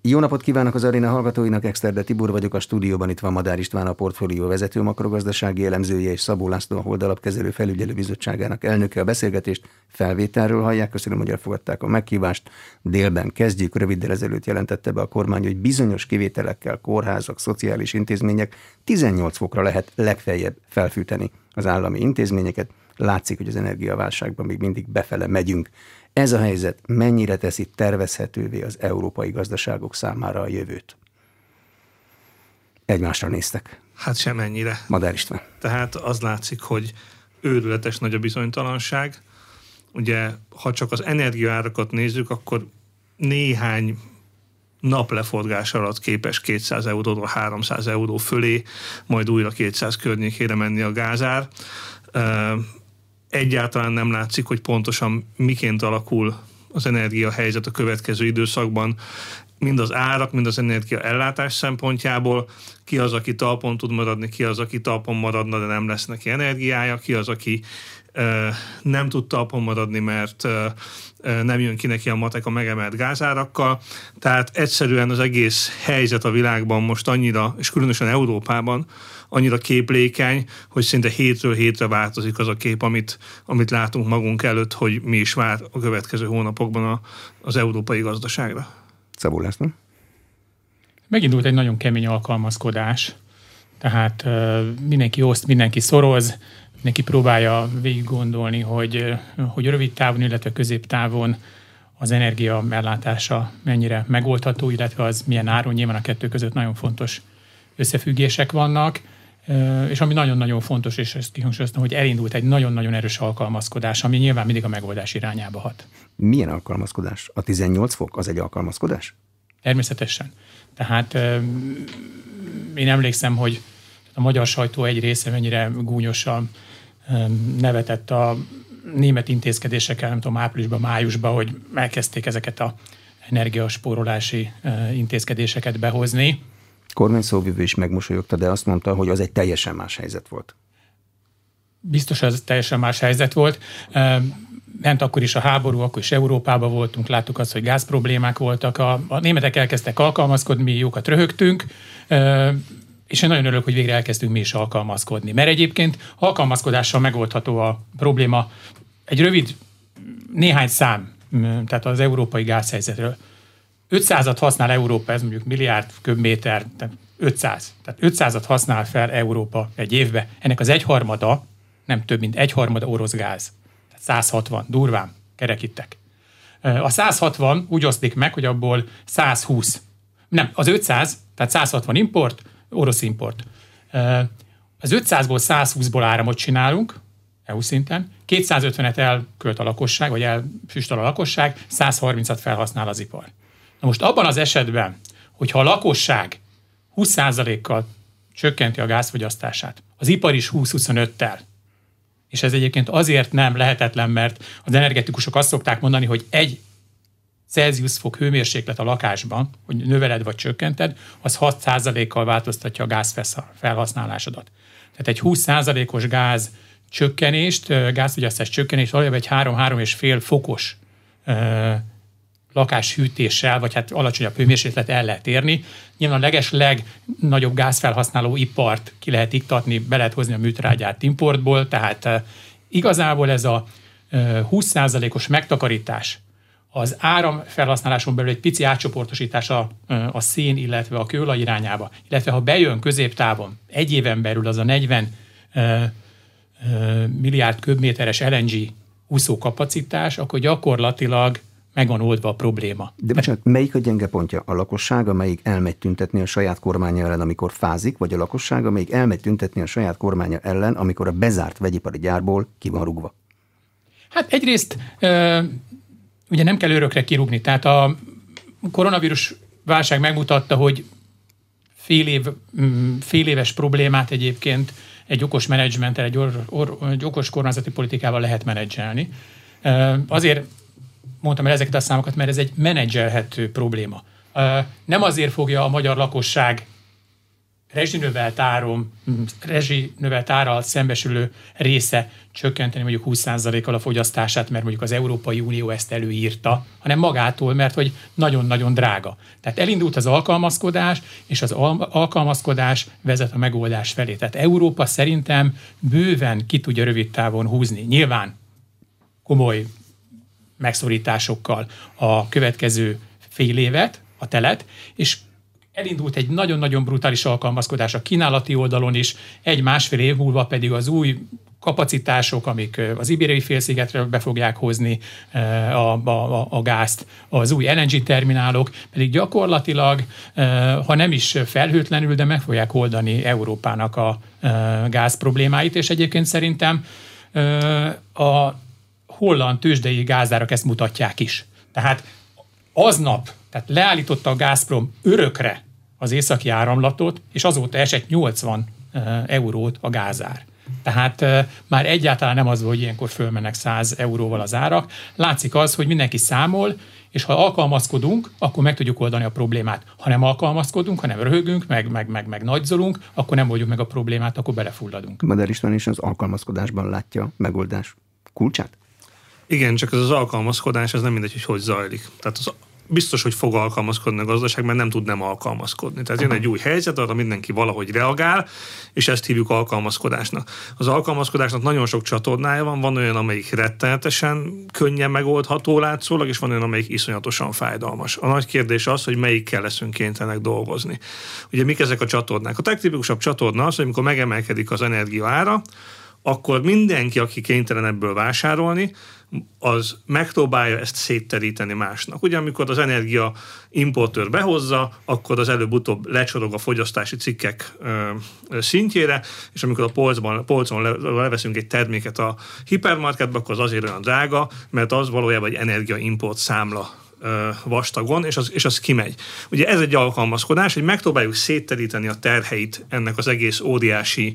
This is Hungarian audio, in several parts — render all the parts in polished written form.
Jó napot kívánok az aréna hallgatóinak, Exterde Tibor vagyok, a stúdióban itt van Madár István, a Portfólió vezető makrogazdasági elemzője, és Szabó László, a Hold Alapkezelő Felügyelőbizottságának elnöke. A beszélgetést felvételről hallják, köszönöm, hogy elfogadták a meghívást. Délben kezdjük, röviddel ezelőtt jelentette be a kormány, hogy bizonyos kivételekkel kórházak, szociális intézmények 18 fokra lehet legfeljebb felfűteni az állami intézményeket. Látszik, hogy az energiaválságban még mindig befele megyünk. Ez a helyzet mennyire teszi tervezhetővé az európai gazdaságok számára a jövőt? Egymásra néztek. Hát semennyire. Madár István. Tehát az látszik, hogy őrületes nagy a bizonytalanság. Ugye, ha csak az energiaárakat nézzük, akkor néhány nap leforgás alatt képes 200 euróról 300 euró fölé, majd újra 200 környékére menni a gázár. Egyáltalán nem látszik, hogy pontosan miként alakul az energiahelyzet a következő időszakban, mind az árak, mind az energia ellátás szempontjából. Ki az, aki talpon tud maradni, ki az, aki talpon maradna, de nem lesz neki energiája, ki az, aki nem tud talpon maradni, mert nem jön ki neki a matek a megemelt gázárakkal. Tehát egyszerűen az egész helyzet a világban most annyira, és különösen Európában, annyira képlékeny, hogy szinte hétről hétre változik az a kép, amit látunk magunk előtt, hogy mi is vár a következő hónapokban az európai gazdaságra. Szabó László. Megindult egy nagyon kemény alkalmazkodás, tehát mindenki oszt, mindenki szoroz, mindenki próbálja végig gondolni, hogy rövid távon, illetve középtávon az energia ellátása mennyire megoldható, illetve az milyen áron. Nyilván a kettő között nagyon fontos összefüggések vannak, és ami nagyon-nagyon fontos, és ezt kihangsúlyoztam, hogy elindult egy nagyon-nagyon erős alkalmazkodás, ami nyilván mindig a megoldás irányába hat. Milyen alkalmazkodás? A 18 fok az egy alkalmazkodás? Természetesen. Tehát én emlékszem, hogy a magyar sajtó egy része mennyire gúnyosan nevetett a német intézkedésekkel, nem tudom, áprilisban, májusban, hogy elkezdték ezeket a energiaspórolási intézkedéseket behozni. Kormány szóvivő is megmosolyogta, de azt mondta, hogy az egy teljesen más helyzet volt. Biztos, ez teljesen más helyzet volt. Ment akkor is a háború, akkor is Európában voltunk, láttuk azt, hogy gázproblémák voltak. A németek elkezdtek alkalmazkodni, mi jókat röhögtünk, és én nagyon örülök, hogy végre elkezdtünk mi is alkalmazkodni. Mert egyébként alkalmazkodással megoldható a probléma. Egy rövid, néhány szám, tehát az európai gázhelyzetről. 500-at használ Európa, ez mondjuk milliárd köbméter, tehát 500. Tehát 500-at használ fel Európa egy évbe. Ennek az egyharmada, nem több, mint egyharmada orosz gáz. Tehát 160, durván, kerekítek. A 160 úgy osztik meg, hogy abból 120. Nem, az 500, tehát 160 import, orosz import. Az 500-ból 120-ból áramot csinálunk, EU szinten, 250-et elkölt a lakosság, vagy elfüstöl a lakosság, 130-at felhasznál az ipar. Na most abban az esetben, hogyha a lakosság 20%-kal csökkenti a gázfogyasztását, az ipar is 20-25-tel, és ez egyébként azért nem lehetetlen, mert az energetikusok azt szokták mondani, hogy 1 Celsius fok hőmérséklet a lakásban, hogy növeled vagy csökkented, az 6%-kal változtatja a gáz felhasználásodat. Tehát egy 20%-os gáz csökkenést, gázfogyasztás csökkenést valójában egy 3-3,5 fokos lakáshűtéssel, vagy hát alacsonyabb hőmérséklet el lehet érni. Nyilván a legnagyobb gázfelhasználó ipart ki lehet iktatni, be lehet hozni a műtrágyát importból, tehát igazából ez a 20%-os megtakarítás, az áramfelhasználáson belül egy pici átcsoportosítás a szén, illetve a kőolaj irányába, illetve ha bejön középtávon, egy éven belül az a 40 milliárd köbméteres LNG úszókapacitás, akkor gyakorlatilag meg van oldva a probléma. De bocsánat, melyik a gyenge pontja? A lakosság, amelyik elmegy tüntetni a saját kormánya ellen, amikor fázik, vagy a lakosság, amelyik elmegy tüntetni a saját kormánya ellen, amikor a bezárt vegyipari gyárból ki van rúgva? Hát egyrészt ugye nem kell örökre kirúgni. Tehát a koronavírus válság megmutatta, hogy fél éves problémát egyébként egy okos menedzsmenttel, egy okos kormányzati politikával lehet menedzselni. Azért mondtam el ezeket a számokat, mert ez egy menedzselhető probléma. Nem azért fogja a magyar lakosság rezsinövelt árral szembesülő része csökkenteni mondjuk 20%-kal a fogyasztását, mert mondjuk az Európai Unió ezt előírta, hanem magától, mert hogy nagyon-nagyon drága. Tehát elindult az alkalmazkodás, és az alkalmazkodás vezet a megoldás felé. Tehát Európa szerintem bőven ki tudja rövid távon húzni. Nyilván komoly megszorításokkal a következő fél évet, a telet, és elindult egy nagyon-nagyon brutális alkalmazkodás a kínálati oldalon is, 1-1,5 év múlva pedig az új kapacitások, amik az Ibériai félszigetről be fogják hozni a gázt, az új LNG terminálok, pedig gyakorlatilag, ha nem is felhőtlenül, de meg fogják oldani Európának a gáz problémáit, és egyébként szerintem a holland tőzsdei gázárak ezt mutatják is. Tehát tehát leállította a Gazprom örökre az északi áramlatot, és azóta esett 80 eurót a gázár. Tehát már egyáltalán nem az, hogy ilyenkor fölmennek 100 euróval az árak. Látszik az, hogy mindenki számol, és ha alkalmazkodunk, akkor meg tudjuk oldani a problémát. Ha nem alkalmazkodunk, ha nem röhögünk, meg nagyzolunk, akkor nem oldjuk meg a problémát, akkor belefulladunk. Madár István is az alkalmazkodásban látja megoldás kulcsát? Igen, csak ez az alkalmazkodás, ez nem mindegy, hogy zajlik. Tehát biztos, hogy fog alkalmazkodni a gazdaság, mert nem tud nem alkalmazkodni. Tehát jön egy új helyzet, arra mindenki valahogy reagál, és ezt hívjuk alkalmazkodásnak. Az alkalmazkodásnak nagyon sok csatornája van olyan, amelyik rettenetesen könnyen megoldható látszólag, és van olyan, amelyik iszonyatosan fájdalmas. A nagy kérdés az, hogy melyikkel leszünk kénytelenek dolgozni. Ugye mik ezek a csatornák? A legtipikusabb csatorna az, hogy amikor megemelkedik az energia ára, akkor mindenki, aki kénytelen ebből vásárolni, az megpróbálja ezt szétteríteni másnak. Ugye amikor az energia importőr behozza, akkor az előbb-utóbb lecsorog a fogyasztási cikkek szintjére, és amikor a polcon leveszünk egy terméket a hipermarketbe, akkor az azért olyan drága, mert az valójában egy energiaimport számla vastagon, és az kimegy. Ugye ez egy alkalmazkodás, hogy megpróbáljuk szétteríteni a terheit ennek az egész óriási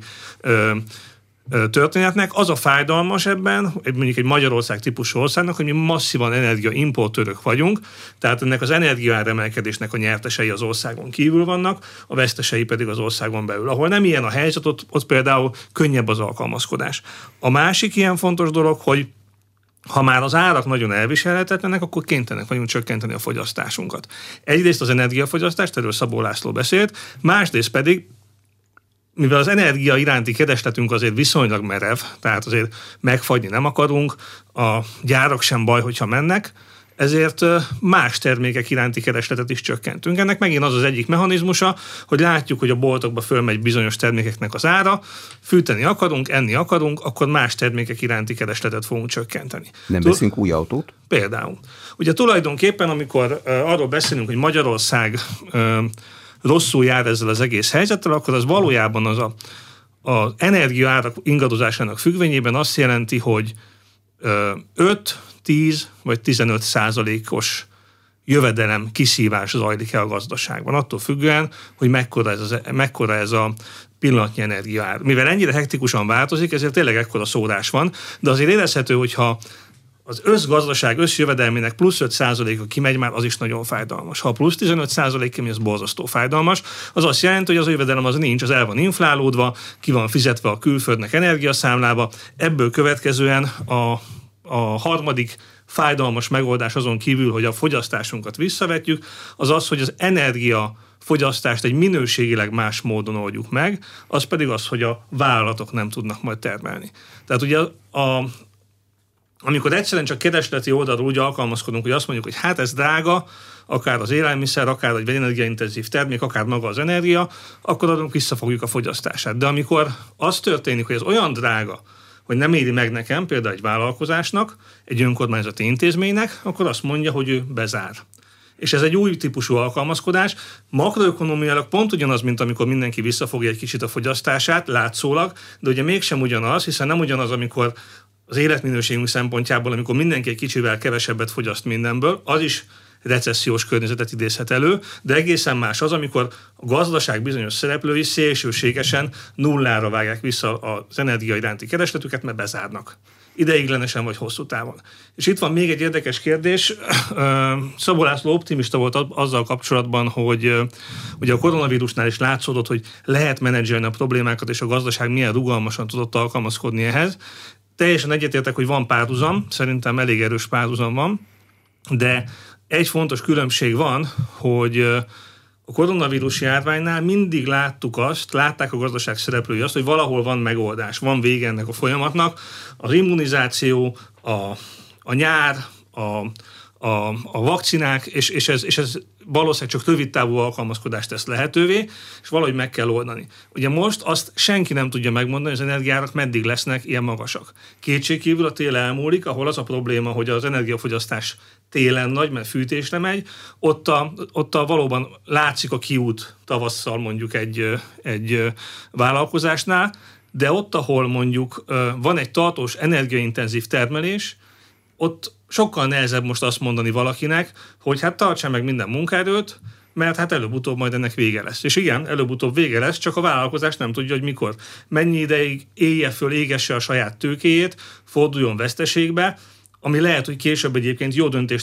történetnek. Az a fájdalmas ebben, mondjuk egy Magyarország típusú országnak, hogy mi masszívan energiaimportőrök vagyunk, tehát ennek az energiaáremelkedésnek a nyertesei az országon kívül vannak, a vesztesei pedig az országon belül. Ahol nem ilyen a helyzet, ott például könnyebb az alkalmazkodás. A másik ilyen fontos dolog, hogy ha már az árak nagyon elviselhetetlenek, akkor kénytelenek vagyunk csökkenteni a fogyasztásunkat. Egyrészt az energiafogyasztást, erről Szabó László beszélt, másrészt pedig mivel az energia iránti keresletünk azért viszonylag merev, tehát azért megfagyni nem akarunk, a gyárak sem baj, hogyha mennek, ezért más termékek iránti keresletet is csökkentünk. Ennek megint az egyik mechanizmusa, hogy látjuk, hogy a boltokba fölmegy bizonyos termékeknek az ára, fűteni akarunk, enni akarunk, akkor más termékek iránti keresletet fogunk csökkenteni. Nem veszünk új autót? Például. Ugye tulajdonképpen, amikor arról beszélünk, hogy Magyarország rosszul jár ezzel az egész helyzettel, akkor az valójában az energiaárak ingadozásának függvényében azt jelenti, hogy 5, 10 vagy 15%-os jövedelem kiszívás zajlik el a gazdaságban. Attól függően, hogy mekkora ez a pillanatnyi energiaár. Mivel ennyire hektikusan változik, ezért tényleg ekkora szórás van, de azért érezhető, hogyha az összgazdaság összjövedelmének plusz 5%-a kimegy, már az is nagyon fájdalmas. Ha plusz 15% kimegy, az borzasztó fájdalmas. Az azt jelenti, hogy az jövedelem az nincs, az el van inflálódva, ki van fizetve a külföldnek energiaszámlába. Ebből következően a harmadik fájdalmas megoldás azon kívül, hogy a fogyasztásunkat visszavetjük, az, hogy az energiafogyasztást egy minőségileg más módon oldjuk meg, az pedig az, hogy a vállalatok nem tudnak majd termelni. Tehát ugye amikor egyszerűen csak keresleti oldalról úgy alkalmazkodunk, hogy azt mondjuk, hogy hát ez drága, akár az élelmiszer, akár egy energiaintenzív termék, akár maga az energia, akkor adunk visszafogjuk a fogyasztását. De amikor az történik, hogy ez olyan drága, hogy nem éri meg nekem, például egy vállalkozásnak, egy önkormányzati intézménynek, akkor azt mondja, hogy ő bezár. És ez egy új típusú alkalmazkodás. Makroökonómiailag pont ugyanaz, mint amikor mindenki visszafogja egy kicsit a fogyasztását, látszólag, de ugye mégsem ugyanaz, hiszen nem ugyanaz, amikor az életminőségünk szempontjából, amikor mindenki egy kicsivel kevesebbet fogyaszt mindenből, az is recessziós környezetet idézhet elő, de egészen más az, amikor a gazdaság bizonyos szereplői szélsőségesen nullára vágják vissza az energia iránti keresletüket, mert bezárnak. ideiglenesen vagy hosszú távon. És itt van még egy érdekes kérdés. Szabó László optimista volt azzal kapcsolatban, hogy ugye a koronavírusnál is látszódott, hogy lehet menedzselni a problémákat, és a gazdaság milyen rugalmasan tudott alkalmazkodni ehhez. Teljesen egyetértek, hogy van párhuzam, szerintem elég erős párhuzam van, de egy fontos különbség van, hogy a koronavírus járványnál mindig látták a gazdaság szereplői azt, hogy valahol van megoldás, van vége ennek a folyamatnak. Az immunizáció, a nyár, a vakcinák, és ez valószínűleg csak rövid távú alkalmazkodást tesz lehetővé, és valahogy meg kell oldani. Ugye most azt senki nem tudja megmondani, hogy az energiárak meddig lesznek ilyen magasak. Kétségkívül a tél elmúlik, ahol az a probléma, hogy az energiafogyasztás télen nagy, mert fűtésre megy, ott valóban látszik a kiút tavasszal mondjuk egy vállalkozásnál, de ott, ahol mondjuk van egy tartós energiaintenzív termelés, ott sokkal nehezebb most azt mondani valakinek, hogy hát tartsa meg minden munkaerőt, mert hát előbb-utóbb majd ennek vége lesz. És igen, előbb-utóbb vége lesz, csak a vállalkozás nem tudja, hogy mikor. Mennyi ideig élje föl, égesse a saját tőkéjét, forduljon veszteségbe, ami lehet, hogy később egyébként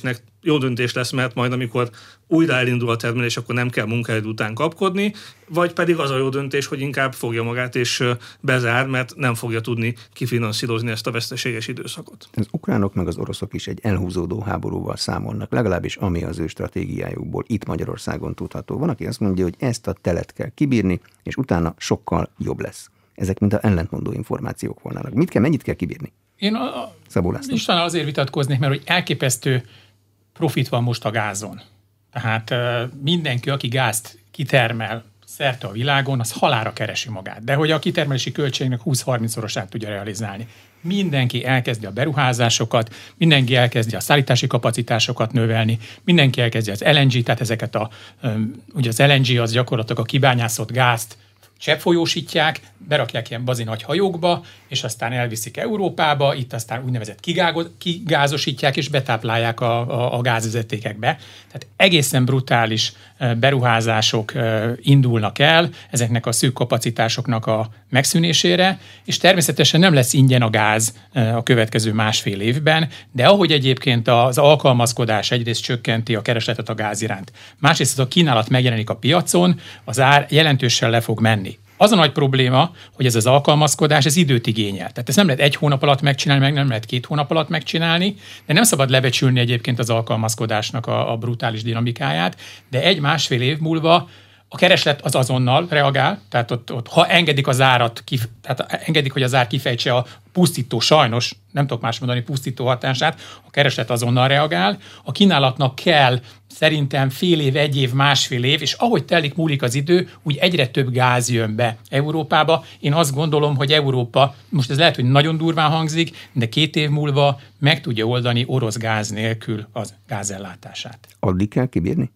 jó döntés lesz, mert majd amikor újra elindul a termelés, akkor nem kell munkaerő után kapkodni, vagy pedig az a jó döntés, hogy inkább fogja magát és bezár, mert nem fogja tudni kifinanszírozni ezt a veszteséges időszakot. Az ukránok meg az oroszok is egy elhúzódó háborúval számolnak, legalábbis ami az ő stratégiájukból itt Magyarországon tudható. Van, aki azt mondja, hogy ezt a telet kell kibírni, és utána sokkal jobb lesz. Ezek mind ellentmondó információk volnának. Mennyit kell kibírni? Én Istvánnal azért vitatkoznék, mert hogy elképesztő profit van most a gázon. Tehát mindenki, aki gázt kitermel szerte a világon, az halálra keresi magát. De hogy a kitermelési költségnek 20-30-szorosát tudja realizálni. Mindenki elkezdi a beruházásokat, mindenki elkezdi a szállítási kapacitásokat növelni, mindenki elkezdi az LNG, tehát ugye az LNG az gyakorlatilag a kibányászott gázt cseppfolyósítják, berakják ilyen bazi nagy hajókba, és aztán elviszik Európába, itt aztán úgynevezett kigázosítják, és betáplálják a gázvezetékekbe. Tehát egészen brutális beruházások indulnak el ezeknek a szűk kapacitásoknak a megszűnésére, és természetesen nem lesz ingyen a gáz a következő másfél évben, de ahogy egyébként az alkalmazkodás egyrészt csökkenti a keresletet a gáz iránt, másrészt a kínálat megjelenik a piacon, az ár jelentősen le fog menni. Az a nagy probléma, hogy ez az alkalmazkodás, ez időt igényel. Tehát ezt nem lehet 1 hónap alatt megcsinálni, meg nem lehet 2 hónap alatt megcsinálni, de nem szabad lebecsülni egyébként az alkalmazkodásnak a brutális dinamikáját, de 1-1,5 év múlva a kereslet az azonnal reagál, tehát ott ha engedik az árat, tehát engedik, hogy az ár kifejtse a pusztító, sajnos, nem tudok más mondani, pusztító hatását, a kereslet azonnal reagál, a kínálatnak kell szerintem fél év, 1 év, másfél év, és ahogy múlik az idő, úgy egyre több gáz jön be Európába. Én azt gondolom, hogy Európa, most ez lehet, hogy nagyon durván hangzik, de 2 év múlva meg tudja oldani orosz gáz nélkül az gázellátását. Addig kell kibírni?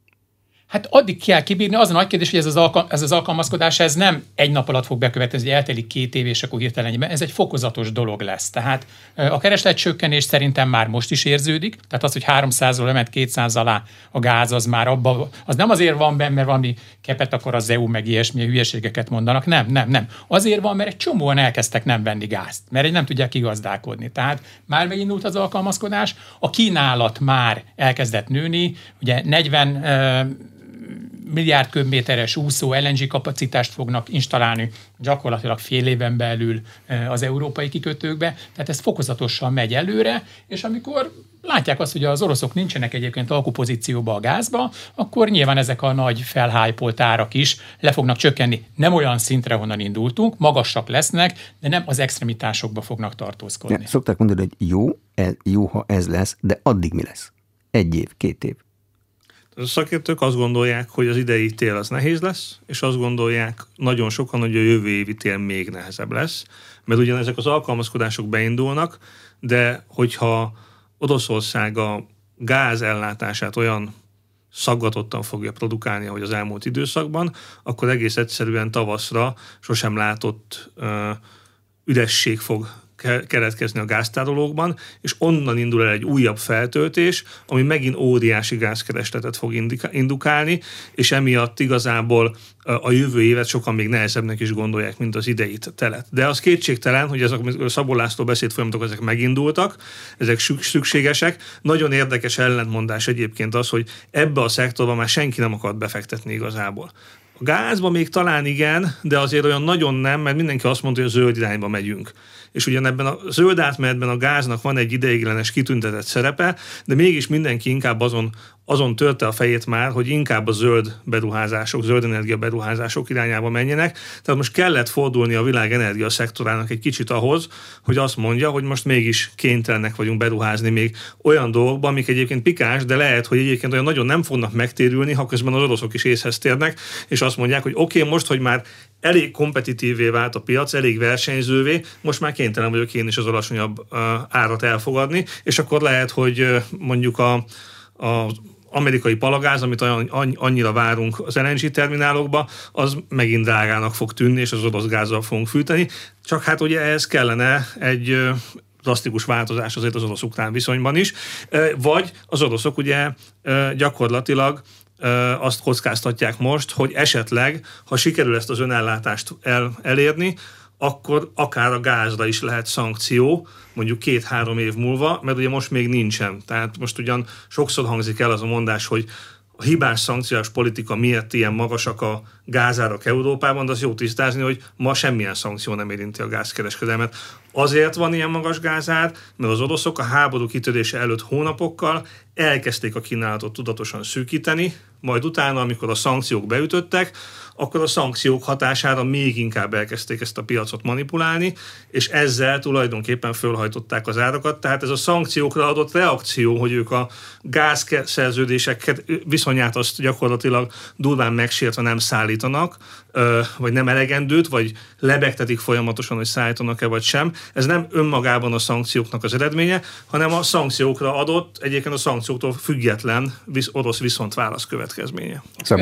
Hát addig kell kibírni, az a nagy kérdés, hogy ez az alkalmazkodás ez nem 1 nap alatt fog bekövetkezni, hogy eltelik 2 év, és akkor hirtelen, ez egy fokozatos dolog lesz. Tehát a keresletcsökkenés szerintem már most is érződik, tehát az, hogy 300-ról lement 200 alá a gáz, az már abban, az nem azért van benne, mert valami kepet akar az EU, meg ilyesmi hülyeségeket mondanak, nem. Azért van, mert egy csomóan elkezdtek nem venni gázt, mert nem tudják kigazdálkodni. Tehát már megindult az alkalmazkodás, a kínálat már elkezdett nőni, ugye 40 milliárd köbméteres úszó LNG kapacitást fognak installálni gyakorlatilag fél éven belül az európai kikötőkbe, tehát ez fokozatosan megy előre, és amikor látják azt, hogy az oroszok nincsenek egyébként alkupozícióba a gázba, akkor nyilván ezek a nagy felhájpolt árak is le fognak csökkenni. Nem olyan szintre, honnan indultunk, magasak lesznek, de nem az extremitásokba fognak tartózkodni. Ja, szokták mondani, hogy jó, ha ez lesz, de addig mi lesz? 1 év, 2 év. A szakértők azt gondolják, hogy az idei tél az nehéz lesz, és azt gondolják nagyon sokan, hogy a jövő évi tél még nehezebb lesz, mert ugyan ezek az alkalmazkodások beindulnak, de hogyha Oroszország a gáz ellátását olyan szaggatottan fogja produkálni, ahogy az elmúlt időszakban, akkor egész egyszerűen tavaszra sosem látott üresség fog keletkezni a gáztárolókban, és onnan indul el egy újabb feltöltés, ami megint óriási gázkeresletet fog indukálni, és emiatt igazából a jövő évet sokan még nehezebbnek is gondolják, mint az ideit telet. De az kétségtelen, hogy ezek a Szabó László beszédfolyamatok ezek megindultak, ezek szükségesek. Nagyon érdekes ellentmondás egyébként az, hogy ebbe a szektorban már senki nem akart befektetni igazából. A gázban még talán igen, de azért olyan nagyon nem, mert mindenki azt mondta, hogy a zöld irányba megyünk. És ugyan ebben a zöld átmenetben a gáznak van egy ideiglenes kitüntetett szerepe, de mégis mindenki inkább azon törte a fejét már, hogy inkább a zöld beruházások, zöld energia beruházások irányába menjenek. Tehát most kellett fordulni a világ energia szektorának egy kicsit ahhoz, hogy azt mondja, hogy most mégis kénytelenek vagyunk beruházni még olyan dolgokban, amik egyébként pikáns, de lehet, hogy egyébként olyan nagyon nem fognak megtérülni, ha közben az oroszok is észhez térnek, és azt mondják, hogy oké, most, hogy már elég kompetitívvé vált a piac, elég versenyzővé, most már kénytelen vagyok én is az alacsonyabb árat elfogadni, és akkor lehet, hogy mondjuk az amerikai palagáz, amit annyira várunk az LNG terminálokba, az megint drágának fog tűnni, és az orosz gázzal fogunk fűteni. Csak hát ugye ehhez kellene egy drasztikus változás azért az orosz-ukrán viszonyban is, vagy az oroszok ugye gyakorlatilag azt kockáztatják most, hogy esetleg, ha sikerül ezt az önellátást elérni, akkor akár a gázra is lehet szankció, mondjuk 2-3 év múlva, mert ugye most még nincsen. Tehát most ugyan sokszor hangzik el az a mondás, hogy a hibás szankciós politika miért ilyen magasak a gázárak Európában, de az jó tisztázni, hogy ma semmilyen szankció nem érinti a gázkereskedelmet. Azért van ilyen magas gázár, mert az oroszok a háború kitörése előtt hónapokkal elkezdték a kínálatot tudatosan szűkíteni, majd utána, amikor a szankciók beütöttek, akkor a szankciók hatására még inkább elkezdték ezt a piacot manipulálni, és ezzel tulajdonképpen fölhajtották az árakat. Tehát ez a szankciókra adott reakció, hogy ők a gázszerződések viszonyát azt gyakorlatilag durván megsértve nem szállítanak, vagy nem elegendőt, vagy lebegtetik folyamatosan, hogy szállítanak-e vagy sem. Ez nem önmagában a szankcióknak az eredménye, hanem a szankciókra adott, egyébként a szankcióktól független orosz viszontválasz következménye.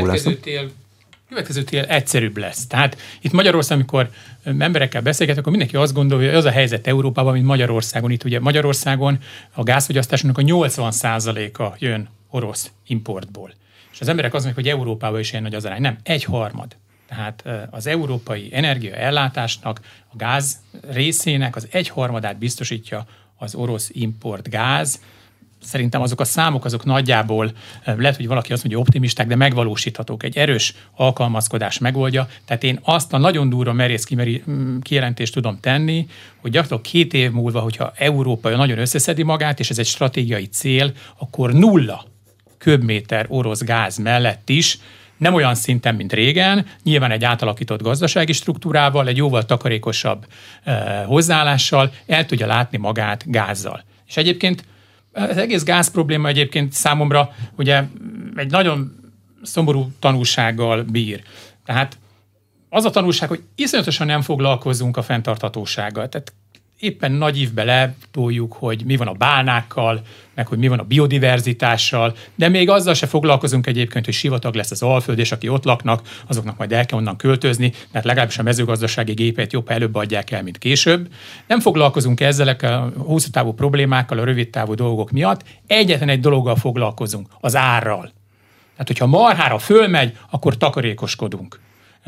Következő tél egyszerűbb lesz. Tehát itt Magyarországon, amikor emberekkel beszélgetek, akkor mindenki azt gondolja, hogy az a helyzet Európában, mint Magyarországon. Itt ugye Magyarországon a gázfogyasztásnak a 80%-a jön orosz importból. És az emberek azt mondják, hogy Európában is ilyen nagy az arány. Nem, 1/3. Tehát az európai energiaellátásnak, a gáz részének az 1/3 biztosítja az orosz import gáz. Szerintem azok a számok, azok nagyjából, lehet, hogy valaki azt mondja optimisták, de megvalósíthatók. Egy erős alkalmazkodás megoldja. Tehát én azt a nagyon durva merész kijelentést tudom tenni, hogy gyakorlatilag 2 év múlva, hogyha Európa nagyon összeszedi magát, és ez egy stratégiai cél, akkor 0 köbméter orosz gáz mellett is, nem olyan szinten, mint régen, nyilván egy átalakított gazdasági struktúrával, egy jóval takarékosabb hozzáállással el tudja látni magát gázzal. És egyébként az egész gáz probléma egyébként számomra ugye egy nagyon szomorú tanulsággal bír. Tehát az a tanulság, hogy iszonyatosan nem foglalkozunk a fenntarthatósággal. Tehát éppen nagy ívbe letoljuk, hogy mi van a bálnákkal, meg hogy mi van a biodiverzitással, de még azzal se foglalkozunk egyébként, hogy sivatag lesz az Alföld, és aki ott laknak, azoknak majd el kell onnan költözni, mert legalábbis a mezőgazdasági gépet jobb, ha előbb adják el, mint később. Nem foglalkozunk ezzel a hosszú távú problémákkal, a rövid távú dolgok miatt. Egyetlen egy dologgal foglalkozunk, az árral. Tehát, hogyha marhára fölmegy, akkor takarékoskodunk.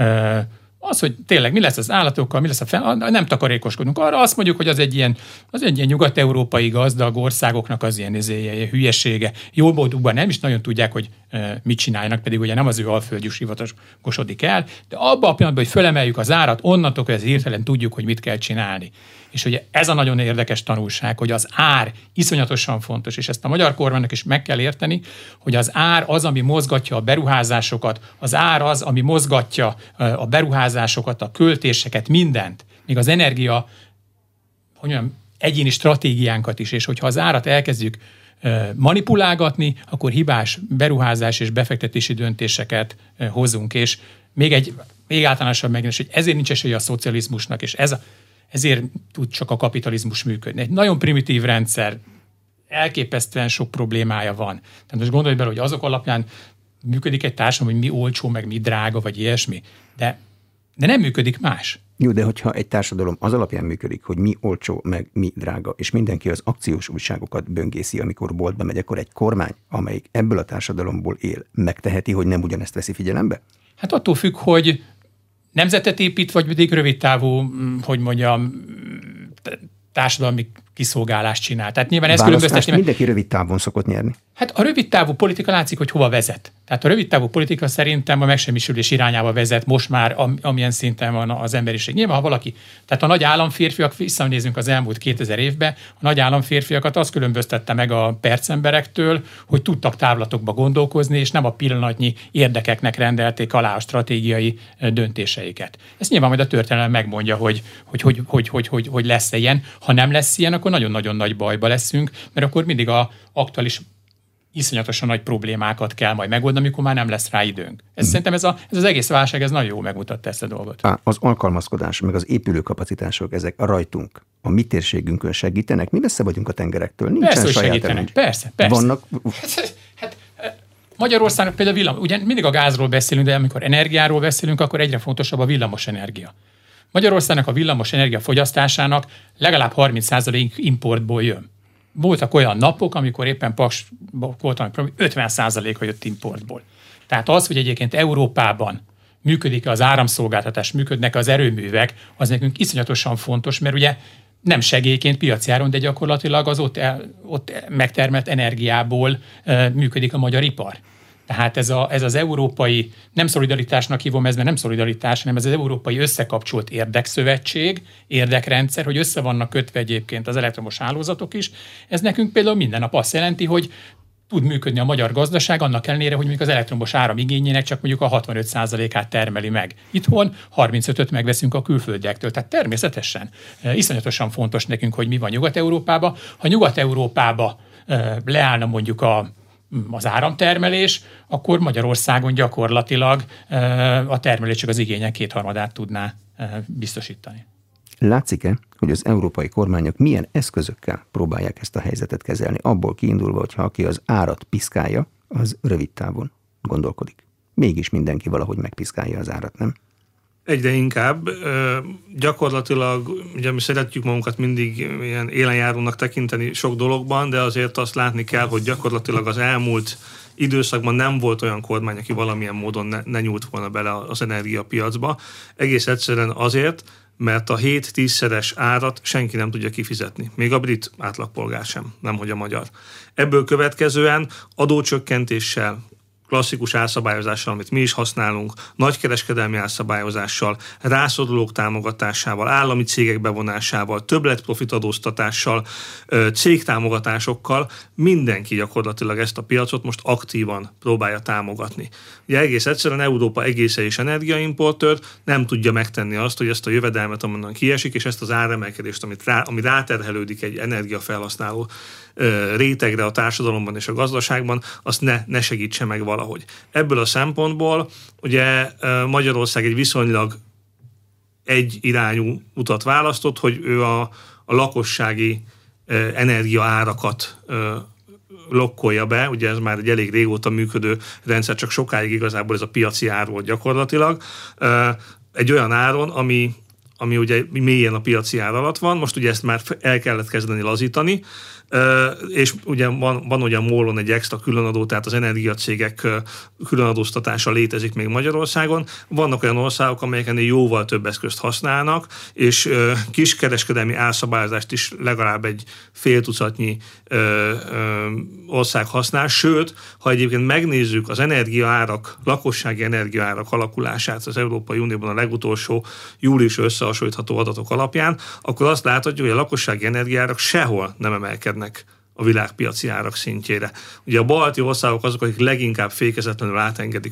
Az, hogy tényleg mi lesz az állatokkal, mi lesz nem takarékoskodunk. Arra azt mondjuk, hogy az egy ilyen nyugat-európai gazdag országoknak az ilyen hülyesége. Jó módukban nem is nagyon tudják, hogy mit csináljanak, pedig ugye nem az ő alföldjük sivatagosodik el, de abban a pillanatban, hogy fölemeljük az árat, onnantól, hogy ez hirtelen tudjuk, hogy mit kell csinálni. És ugye ez a nagyon érdekes tanulság, hogy az ár iszonyatosan fontos, és ezt a magyar kormánynak is meg kell érteni, hogy az ár az, ami mozgatja a beruházásokat, az ár az, ami mozgatja a beruházásokat, a költéseket, mindent, még az energia, hogy mondjam, egyéni stratégiánkat is, és hogyha az árat elkezdjük manipulálgatni, akkor hibás beruházás és befektetési döntéseket hozunk, és még általánosabb megjelenés, hogy ezért nincs esélye a szocializmusnak, és ezért tud csak a kapitalizmus működni. Egy nagyon primitív rendszer, elképesztően sok problémája van. Tehát most gondolj bele, hogy azok alapján működik egy társadalom, hogy mi olcsó, meg mi drága, vagy ilyesmi. De De nem működik más. Jó, de hogyha egy társadalom az alapján működik, hogy mi olcsó, meg mi drága, és mindenki az akciós újságokat böngészi, amikor boltba megy, akkor egy kormány, amelyik ebből a társadalomból él, megteheti, hogy nem ugyanezt veszi figyelembe? Hát attól függ, hogy nemzetet épít, vagy pedig rövidtávú, hogy mondjam, társadalmi kiszolgálást csinál. Tehát nyilván ezt különböztetni. Mindenki rövid távon szokott nyerni. Hát a rövid távú politika látszik, hogy hova vezet. Tehát a rövid távú politika szerintem a megsemmisülés irányába vezet most már, amilyen szinten van az emberiség. Nyilván, ha valaki, tehát a nagy államférfiak, visszanézünk az elmúlt 2000 évben, a nagy államférfiakat az különböztette meg a percemberektől, hogy tudtak távlatokba gondolkozni, és nem a pillanatnyi érdekeknek rendelték alá a stratégiai döntéseiket. Ezt nyilván majd a történelem megmondja, hogy lesz ilyen. Ha nem lesz ilyen, akkor nagyon-nagyon nagy bajba leszünk, mert akkor mindig a aktuális iszonyatosan nagy problémákat kell majd megoldani, amikor már nem lesz rá időnk. Szerintem ez az egész válság, ez nagyon jól megmutatta ezt a dolgot. Az alkalmazkodás, meg az épülőkapacitások, ezek a rajtunk, a mi térségünkön segítenek? Mi messze vagyunk a tengerektől? Nincsen persze, saját segítenek. Persze. Vannak... Magyarországnak például ugye mindig a gázról beszélünk, de amikor energiáról beszélünk, akkor egyre fontosabb a villamos energia. Magyarországnak a villamos energia fogyasztásának legalább 30% importból jön. Voltak olyan napok, amikor éppen voltam, 50%-a jött importból. Tehát az, hogy egyébként Európában működik az áramszolgáltatás, működnek az erőművek, az nekünk iszonyatosan fontos, mert ugye nem segélyként piaci áron, de gyakorlatilag az ott megtermelt energiából működik a magyar ipar. Tehát ez az európai, nem szolidaritásnak hívom ez, mert nem szolidaritás, hanem ez az európai összekapcsolt érdekszövetség, érdekrendszer, hogy össze vannak kötve egyébként az elektromos hálózatok is. Ez nekünk például minden nap azt jelenti, hogy tud működni a magyar gazdaság, annak ellenére, hogy mondjuk az elektromos áram igényének csak mondjuk a 65%-át termeli meg. Itthon 35-öt megveszünk a külföldiektől. Tehát természetesen iszonyatosan fontos nekünk, hogy mi van Nyugat-Európában. Ha Nyugat-Európába leállna mondjuk az áramtermelés, akkor Magyarországon gyakorlatilag a termelés csak az igények 2/3 tudná biztosítani. Látszik-e, hogy az európai kormányok milyen eszközökkel próbálják ezt a helyzetet kezelni? Abból kiindulva, hogyha aki az árat piszkálja, az rövid távon gondolkodik. Mégis mindenki valahogy megpiszkálja az árat, nem? Egyre inkább. Gyakorlatilag, ugye mi szeretjük magunkat mindig ilyen élenjárónak tekinteni sok dologban, de azért azt látni kell, hogy gyakorlatilag az elmúlt időszakban nem volt olyan kormány, aki valamilyen módon ne nyúlt volna bele az energiapiacba. Egész egyszerűen azért, mert a 7-10-szeres árat senki nem tudja kifizetni. Még a brit átlagpolgár sem, nemhogy a magyar. Ebből következően adócsökkentéssel, klasszikus árszabályozással, amit mi is használunk, nagykereskedelmi árszabályozással, rászorulók támogatásával, állami cégek bevonásával, többletprofitadóztatással, cégtámogatásokkal mindenki gyakorlatilag ezt a piacot most aktívan próbálja támogatni. Ugye egész egyszerűen Európa egészen és energiaimportőr nem tudja megtenni azt, hogy ezt a jövedelmet, amonnan kiesik, és ezt az áremelkedést, ami ráterhelődik egy energiafelhasználó rétegre a társadalomban és a gazdaságban, azt ne segítse meg valahogy. Ebből a szempontból ugye Magyarország egy viszonylag egyirányú utat választott, hogy ő a lakossági energiaárakat lokkolja be, ugye ez már egy elég régóta működő rendszer, csak sokáig igazából ez a piaci ár volt gyakorlatilag. Egy olyan áron, ami ugye mélyen a piaci ár alatt van, most ugye ezt már el kellett kezdeni lazítani, és ugye van ugye a MOL-on egy extra különadó, tehát az energiacégek különadóztatása létezik még Magyarországon. Vannak olyan országok, amelyek ennél jóval több eszközt használnak, és kiskereskedelmi árszabályozást is legalább egy fél tucatnyi ország használ, sőt, ha egyébként megnézzük az energiaárak, lakossági energiaárak alakulását az Európai Unióban a legutolsó július összehasonlítható adatok alapján, akkor azt láthatjuk, hogy a lakossági energiaárak sehol nem emelkednek a világpiaci árak szintjére. Ugye a balti országok azok, akik leginkább fékezetlenül átengedik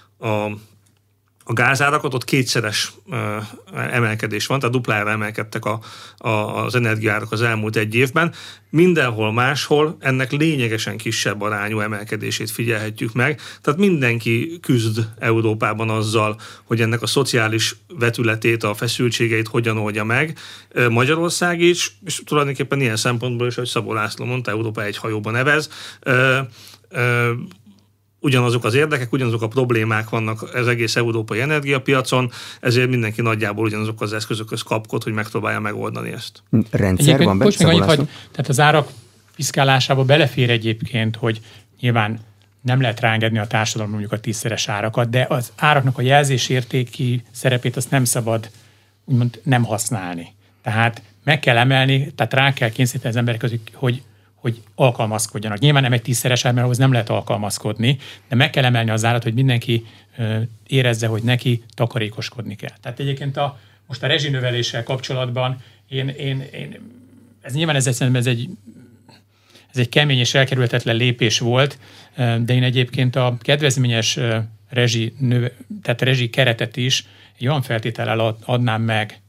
a gázárakat, ott kétszeres emelkedés van, tehát duplára emelkedtek az energiaárak az elmúlt egy évben. Mindenhol máshol ennek lényegesen kisebb arányú emelkedését figyelhetjük meg. Tehát mindenki küzd Európában azzal, hogy ennek a szociális vetületét, a feszültségeit hogyan oldja meg. Magyarország is, és tulajdonképpen ilyen szempontból is, hogy Szabó László mondta, Európa egy hajóban nevez, ugyanazok az érdekek, ugyanazok a problémák vannak az egész európai energiapiacon, ezért mindenki nagyjából ugyanazok az eszközökhöz kapkod, hogy megpróbálja megoldani ezt. Rendszer van benne? Tehát az árak piszkálásába belefér egyébként, hogy nyilván nem lehet ráengedni a társadalom mondjuk a 10-szeres árakat, de az áraknak a jelzésértéki szerepét azt nem szabad úgymond nem használni. Tehát meg kell emelni, tehát rá kell kényszeríteni az emberek között, hogy alkalmazkodjanak. Nyilván nem egy 10-szeres ár, mert ahhoz nem lehet alkalmazkodni, de meg kell emelni az árat, hogy mindenki érezze, hogy neki takarékoskodni kell. Tehát egyébként most a rezsinöveléssel kapcsolatban ez nyilván ez egy kemény és elkerülhetetlen lépés volt, de én egyébként a kedvezményes rezsi keretet is egy olyan feltétellel adnám meg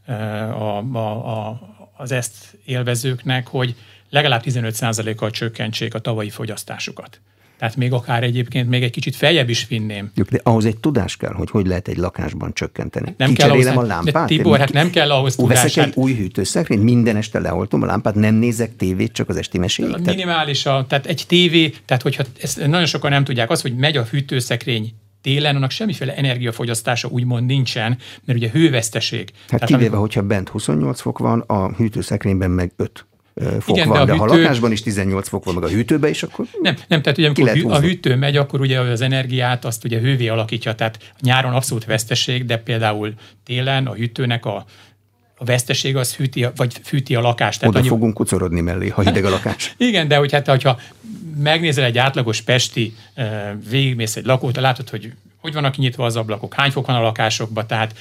az ezt élvezőknek, hogy legalább 15%-kal csökkentsék a tavalyi fogyasztásukat. Tehát még akár egyébként még egy kicsit feljebb is vinném. De ahhoz egy tudás kell, hogy lehet egy lakásban csökkenteni. Nem kell ahhoz, a lámpát? Tibor, nem kell ahhoz tudás. Veszek egy új hűtőszekrényt, minden este leoltom a lámpát, nem nézek tévét, csak az esti meséig. Minimális, tehát egy tévé, tehát hogyha ezt nagyon sokan nem tudják, az, hogy megy a hűtőszekrény télen, annak semmiféle energiafogyasztása úgymond nincsen, mert ugye hőveszteség. Hát kivéve, hogyha bent 28 fok van, a hűtőszekrényben meg 5 fok igen, van, de ha lakásban is 18 fok van, meg a hűtőben is, akkor nem, tehát ugye amikor a hűtő megy, akkor ugye az energiát azt ugye hővé alakítja, tehát nyáron abszolút veszteség, de például télen a hűtőnek a veszteség az fűti a lakást. Oda fogunk kucorodni mellé, ha hideg a lakás. Igen, de hogyha megnézel egy átlagos pesti, végigmész egy lakót, látod, hogy vannak kinyitva az ablakok, hány fok van a lakásokban, tehát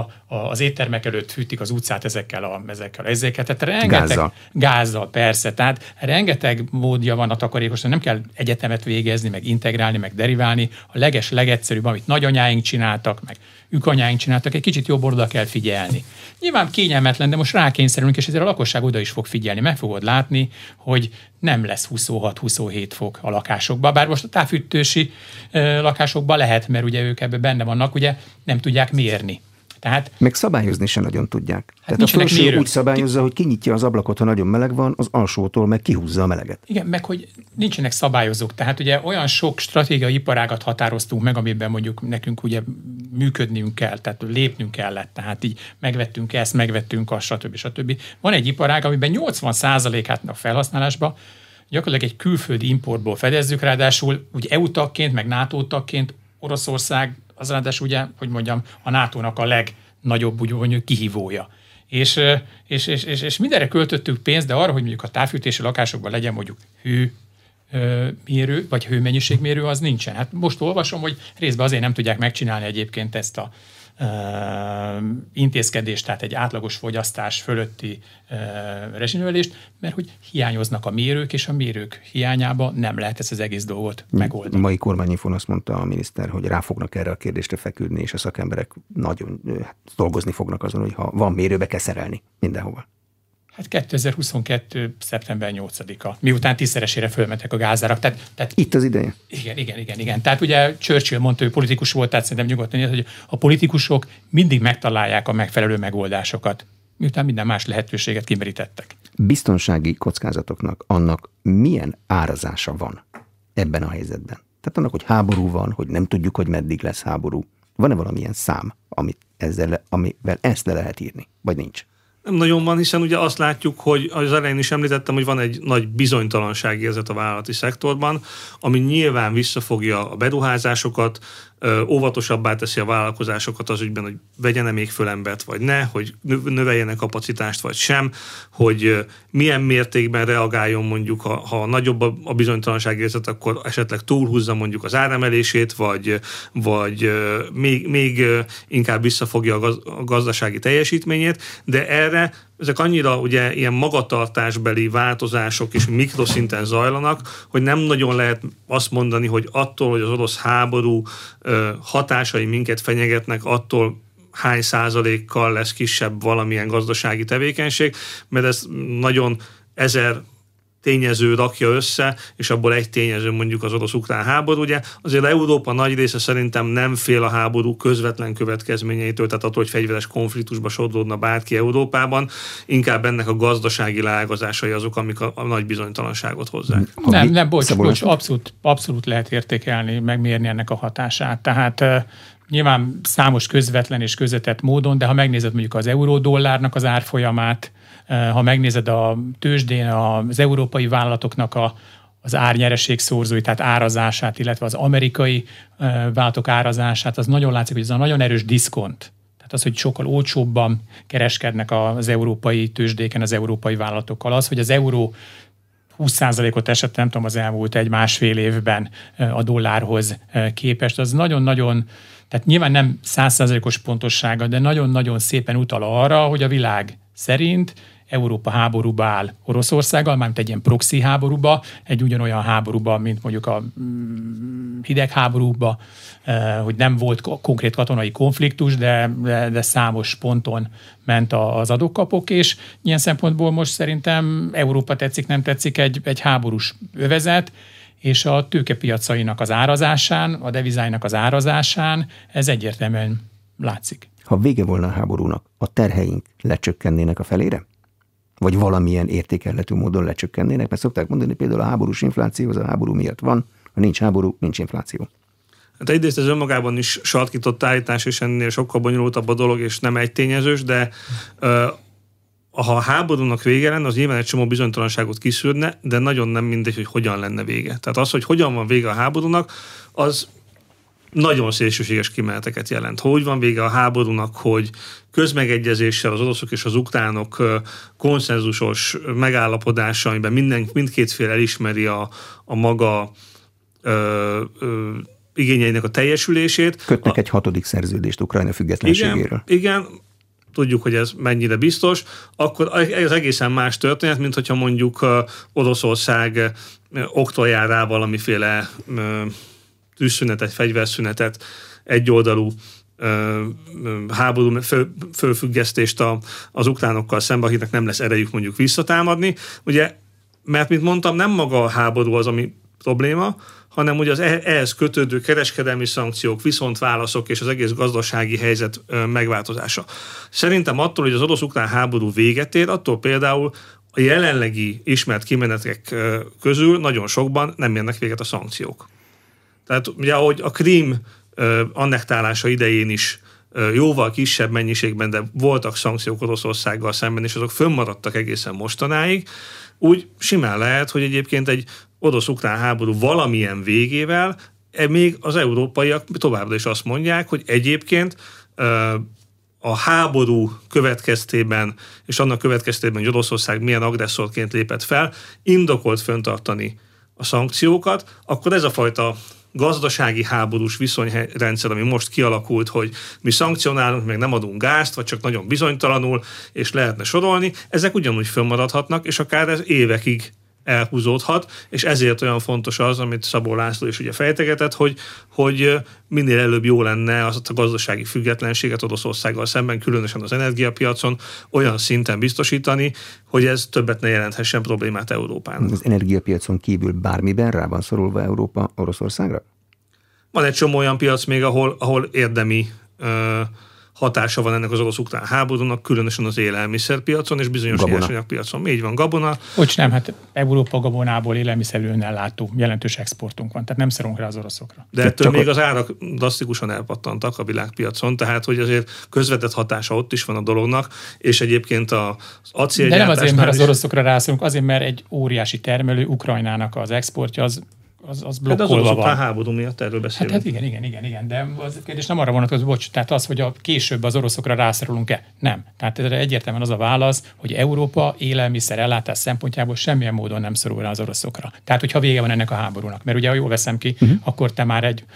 az éttermek előtt fűtik az utcát ezekkel. Tehát rengeteg gázzal, persze. Tehát rengeteg módja van a takarékosnak, nem kell egyetemet végezni, meg integrálni, meg deriválni. A legegyszerűbb, amit nagyanyáink csináltak, meg ükanyáink csináltak, egy kicsit jobb oda kell figyelni. Nyilván kényelmetlen, de most rákényszerülünk, és ezért a lakosság oda is fog figyelni. Meg fogod látni, hogy nem lesz 26-27 fok a lakásokban, bár most a távfűtősi lakásokban lehet, mert ugye ők ebben benne vannak, ugye nem tudják mérni. Tehát, meg szabályozni sem nagyon tudják. Hát tehát a felső úgy szabályozza, hogy kinyitja az ablakot, ha nagyon meleg van, az alsótól meg kihúzza a meleget. Igen, meg hogy nincsenek szabályozók. Tehát ugye olyan sok stratégiai iparágat határoztunk meg, amiben mondjuk nekünk ugye működnünk kell, tehát lépnünk kellett. Tehát így megvettünk ezt, megvettünk azt, stb. Van egy iparág, amiben 80%-át a felhasználásba gyakorlatilag egy külföldi importból fedezzük, ráadásul ugye EU tagként, meg NATO tagként Oroszország az ráadásul ugye, hogy mondjam, a NATO-nak a legnagyobb úgy kihívója. És mindenre költöttük pénzt, de arra, hogy mondjuk a távfűtési lakásokban legyen mondjuk hőmérő, vagy hőmennyiségmérő, az nincsen. Hát most olvasom, hogy részben azért nem tudják megcsinálni egyébként ezt a intézkedést, tehát egy átlagos fogyasztás fölötti rezsinövelést, mert hogy hiányoznak a mérők, és a mérők hiányában nem lehet ezt az egész dolgot megoldani. A mai kormányinfón azt mondta a miniszter, hogy rá fognak erre a kérdésre feküdni, és a szakemberek nagyon dolgozni fognak azon, hogy ha van mérő, be kell szerelni mindenhova. Hát 2022. szeptember 8-a, miután 10-szeresére fölmentek a gázárak. Tehát itt az ideje. Igen. Tehát ugye Churchill mondta, hogy politikus volt, tehát szerintem nyugodtan érted, hogy a politikusok mindig megtalálják a megfelelő megoldásokat, miután minden más lehetőséget kimerítettek. Biztonsági kockázatoknak annak milyen árazása van ebben a helyzetben? Tehát annak, hogy háború van, hogy nem tudjuk, hogy meddig lesz háború. Van-e valamilyen szám, amivel ezt le lehet írni, vagy nincs? Nem nagyon van, hiszen ugye azt látjuk, hogy az elején is említettem, hogy van egy nagy bizonytalanságérzet a vállalati szektorban, ami nyilván visszafogja a beruházásokat, óvatosabbá teszi a vállalkozásokat az ügyben, hogy vegyene még föl embert, vagy ne, hogy növeljenek kapacitást, vagy sem, hogy milyen mértékben reagáljon mondjuk, ha nagyobb a bizonytalanságérzet, akkor esetleg túlhúzza mondjuk az áremelését, vagy még inkább visszafogja a gazdasági teljesítményét, de erre ezek annyira ugye ilyen magatartásbeli változások és mikroszinten zajlanak, hogy nem nagyon lehet azt mondani, hogy attól, hogy az orosz háború hatásai minket fenyegetnek, attól hány százalékkal lesz kisebb valamilyen gazdasági tevékenység, mert ez nagyon 1000 tényező rakja össze, és abból egy tényező mondjuk az orosz-ukrán háború, ugye azért Európa nagy része szerintem nem fél a háború közvetlen következményeitől, tehát attól, hogy fegyveres konfliktusba sodródna bárki Európában, inkább ennek a gazdasági leágazásai azok, amik a nagy bizonytalanságot hozzák. Nem, bocs, abszolút lehet értékelni, megmérni ennek a hatását. Tehát nyilván számos közvetlen és közvetett módon, de ha megnézed mondjuk az euró-dollárnak az árfolyamát, ha megnézed a tőzsdén az európai vállalatoknak az árnyereség szorzói, tehát árazását, illetve az amerikai vállalatok árazását, az nagyon látszik, hogy ez a nagyon erős diszkont. Tehát az, hogy sokkal olcsóbban kereskednek az európai tőzsdéken az európai vállalatokkal. Az, hogy az euró 20%-ot esett, nem tudom, az elmúlt 1-1,5 évben a dollárhoz képest, az nagyon-nagyon, tehát nyilván nem 100%-os pontossága, de nagyon-nagyon szépen utal arra, hogy a világ szerint Európa háborúba áll Oroszországgal, mármint egy ilyen proxy háborúba, egy ugyanolyan háborúba, mint mondjuk a hidegháborúba, hogy nem volt konkrét katonai konfliktus, de számos ponton ment az adok-kapok, és ilyen szempontból most szerintem Európa tetszik, nem tetszik egy háborús övezet, és a tőkepiacainak az árazásán, a devizáinak az árazásán ez egyértelműen látszik. Ha vége volna a háborúnak, a terheink lecsökkennének a felére? Vagy valamilyen értékelhető módon lecsökkennének? Mert szokták mondani, például a háborús infláció az a háború miatt van, ha nincs háború, nincs infláció. Hát egyrészt ez önmagában is sarkított állítás, és ennél sokkal bonyolultabb a dolog, és nem egy tényezős, de ha a háborúnak vége lenne, az nyilván egy csomó bizonytalanságot kiszűrne, de nagyon nem mindegy, hogy hogyan lenne vége. Tehát az, hogy hogyan van vége a háborúnak, az nagyon szélsőséges kimeneteket jelent. Ha úgy van vége a háborúnak, hogy közmegegyezéssel az oroszok és az ukránok konszenzusos megállapodása, amiben mindkét fél elismeri a maga igényeinek a teljesülését. Kötnek egy 6. szerződést Ukrajna függetlenségéről. Igen, tudjuk, hogy ez mennyire biztos, akkor ez egészen más történet, mint hogyha mondjuk Oroszország oktrojál rá valamiféle tűzszünetet, fegyverszünetet, egyoldalú háború fölfüggesztést az ukránokkal szemben, akiknek nem lesz erejük mondjuk visszatámadni. Ugye, mert mint mondtam, nem maga a háború az, ami probléma, hanem ugye az ehhez kötődő kereskedelmi szankciók, viszontválaszok és az egész gazdasági helyzet megváltozása. Szerintem attól, hogy az orosz-ukrán háború véget ér, attól például a jelenlegi ismert kimenetek közül nagyon sokban nem érnek véget a szankciók. Tehát ugye ahogy a Krím annektálása idején is jóval kisebb mennyiségben, de voltak szankciók Oroszországgal szemben, és azok fönnmaradtak egészen mostanáig, úgy simán lehet, hogy egyébként egy orosz-ukrán háború valamilyen végével még az európaiak továbbra is azt mondják, hogy egyébként a háború következtében, és annak következtében, hogy Oroszország milyen agresszorként lépett fel, indokolt fenntartani a szankciókat, akkor ez a fajta gazdasági háborús viszonyrendszer, ami most kialakult, hogy mi szankcionálunk, meg nem adunk gázt, vagy csak nagyon bizonytalanul, és lehetne sorolni, ezek ugyanúgy fönnmaradhatnak, és akár ez évekig elhúzódhat, és ezért olyan fontos az, amit Szabó László is ugye fejtegetett, hogy minél előbb jó lenne azt a gazdasági függetlenséget Oroszországgal szemben, különösen az energiapiacon olyan szinten biztosítani, hogy ez többet ne jelenthessen problémát Európának. Az energiapiacon kívül bármiben rá van szorulva Európa Oroszországra? Van egy csomó olyan piac még, ahol érdemi hatása van ennek az orosz-ukrán háborúnak, különösen az élelmiszerpiacon és bizonyos nyersanyagpiacon. Így van, gabona. Hogy nem, hát Európa gabonából élelmiszerűen ellátó jelentős exportunk van, tehát nem szorulunk rá az oroszokra. De ettől még az árak drasztikusan elpattantak a világpiacon, tehát hogy azért közvetett hatása ott is van a dolognak, és egyébként az acélgyártásnál... De nem azért, mert az oroszokra rászorulunk, azért, mert egy óriási termelő, Ukrajnának az exportja az blokkolva van. Hát az háború miatt erről beszélünk. Hát igen, de az kérdés nem arra vonatkozik, bocs, tehát az, hogy később az oroszokra rászorulunk-e? Nem. Tehát erre egyértelműen az a válasz, hogy Európa élelmiszer ellátás szempontjából semmilyen módon nem szorul rá az oroszokra. Tehát, hogyha vége van ennek a háborúnak. Mert ugye, ha jól veszem ki, akkor te már egy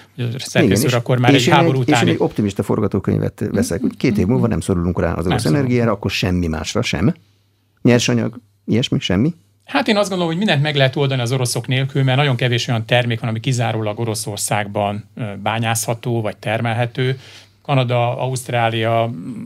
háború utáni... És egy optimista forgatókönyvet veszek, hogy 2 év múlva nem szorulunk rá az orosz energiára, akkor semmi másra sem. Nyersanyag, ilyesmi, semmi. Hát én azt gondolom, hogy mindent meg lehet oldani az oroszok nélkül, mert nagyon kevés olyan termék van, ami kizárólag Oroszországban bányászható vagy termelhető. Kanada, Ausztrália,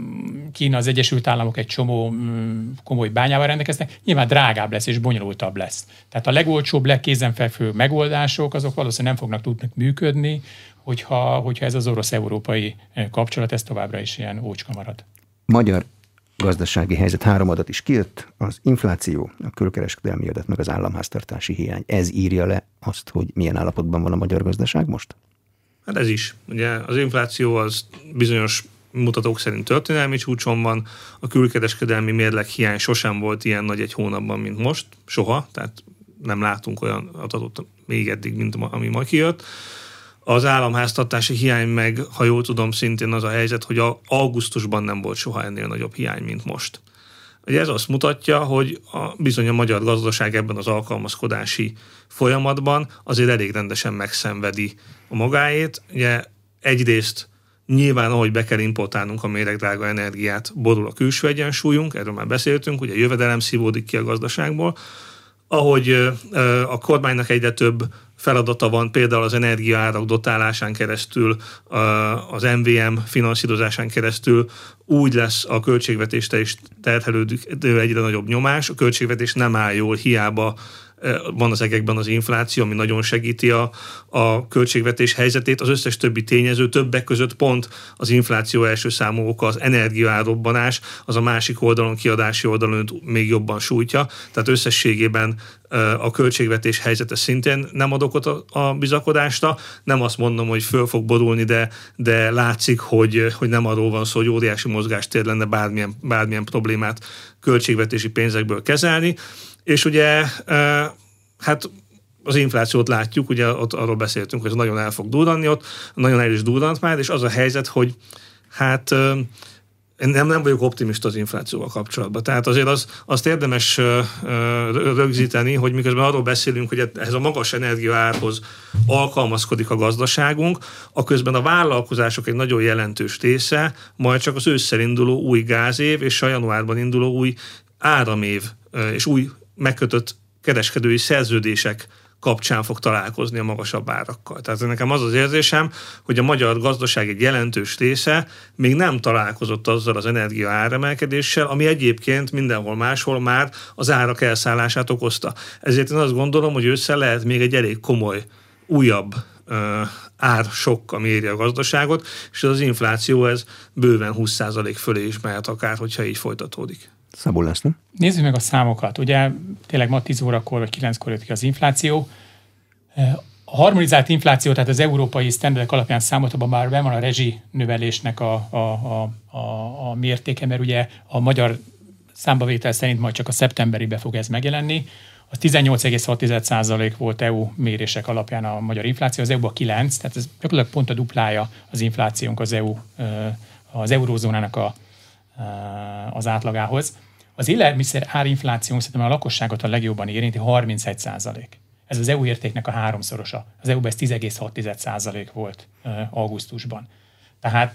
Kína, az Egyesült Államok egy csomó komoly bányával rendelkeznek, nyilván drágább lesz és bonyolultabb lesz. Tehát a legolcsóbb, legkézenfekvő megoldások, azok valószínűleg nem fognak tudni működni, hogyha ez az orosz-európai kapcsolat, ez továbbra is ilyen ócska marad. Magyar gazdasági helyzet, 3 adat is kijött, az infláció, a külkereskedelmi adat, meg az államháztartási hiány. Ez írja le azt, hogy milyen állapotban van a magyar gazdaság most? Hát ez is. Ugye az infláció az bizonyos mutatók szerint történelmi csúcson van, a külkereskedelmi mérleg hiány sosem volt ilyen nagy egy hónapban, mint most, soha, tehát nem látunk olyan adatot még eddig, mint ami ma kijött. Az államháztartási hiány meg, ha jól tudom, szintén az a helyzet, hogy augusztusban nem volt soha ennél nagyobb hiány, mint most. Ugye ez azt mutatja, hogy bizony a magyar gazdaság ebben az alkalmazkodási folyamatban azért elég rendesen megszenvedi a magáét. Ugye egyrészt nyilván, ahogy be kell importálnunk a méregdrága energiát, borul a külső egyensúlyunk, erről már beszéltünk, ugye a jövedelem szívódik ki a gazdaságból. Ahogy a kormánynak egyre több feladata van, például az energiaárak dotálásán keresztül, az MVM finanszírozásán keresztül, úgy lesz a költségvetésre is terhelődő egyre nagyobb nyomás. A költségvetés nem áll jól, hiába van az egekben az infláció, ami nagyon segíti a költségvetés helyzetét. Az összes többi tényező, többek között pont az infláció első számú oka, az energiaárrobbanás, az a másik oldalon, kiadási oldalon még jobban sújtja. Tehát összességében a költségvetés helyzete szintén nem ad okot a bizakodásra. Nem azt mondom, hogy föl fog borulni, de látszik, hogy nem arról van szó, hogy óriási mozgástér lenne bármilyen problémát költségvetési pénzekből kezelni. És ugye hát az inflációt látjuk, ugye ott arról beszéltünk, hogy ez nagyon el fog durranni ott, nagyon el is durrant már, és az a helyzet, hogy hát én nem vagyok optimista az inflációval kapcsolatban. Tehát azért azt érdemes rögzíteni, hogy miközben arról beszélünk, hogy ehhez a magas energiaárhoz alkalmazkodik a gazdaságunk, aközben a vállalkozások egy nagyon jelentős része majd csak az ősszel induló új gázév és a januárban induló új áramév és új megkötött kereskedői szerződések kapcsán fog találkozni a magasabb árakkal. Tehát nekem az az érzésem, hogy a magyar gazdaság egy jelentős része még nem találkozott azzal az energia áremelkedéssel, ami egyébként mindenhol máshol már az árak elszállását okozta. Ezért én azt gondolom, hogy össze lehet még egy elég komoly, újabb ársokk, ami éri a gazdaságot, és az infláció ez bőven 20% fölé is mehet akár, hogyha így folytatódik. Szabó László. Nézzük meg a számokat. Ugye tényleg ma 10 órakor vagy 9-kor jött ki az infláció. A harmonizált infláció, tehát az európai sztenderdek alapján számoltban már be van a rezsi növelésnek a mértéke, mert ugye a magyar számbavétel szerint majd csak a szeptemberibe fog ez megjelenni. Az 18,6% volt EU mérések alapján a magyar infláció, az EU-ban 9, tehát ez gyakorlatilag pont a duplája az inflációnk az eurózónának az átlagához. Az élelmiszer árinflációnk szerintem a lakosságot a legjobban érinti, 31%. Ez az EU értéknek a 3-szorosa. Az EU-ban ez 10,6% volt augusztusban. Tehát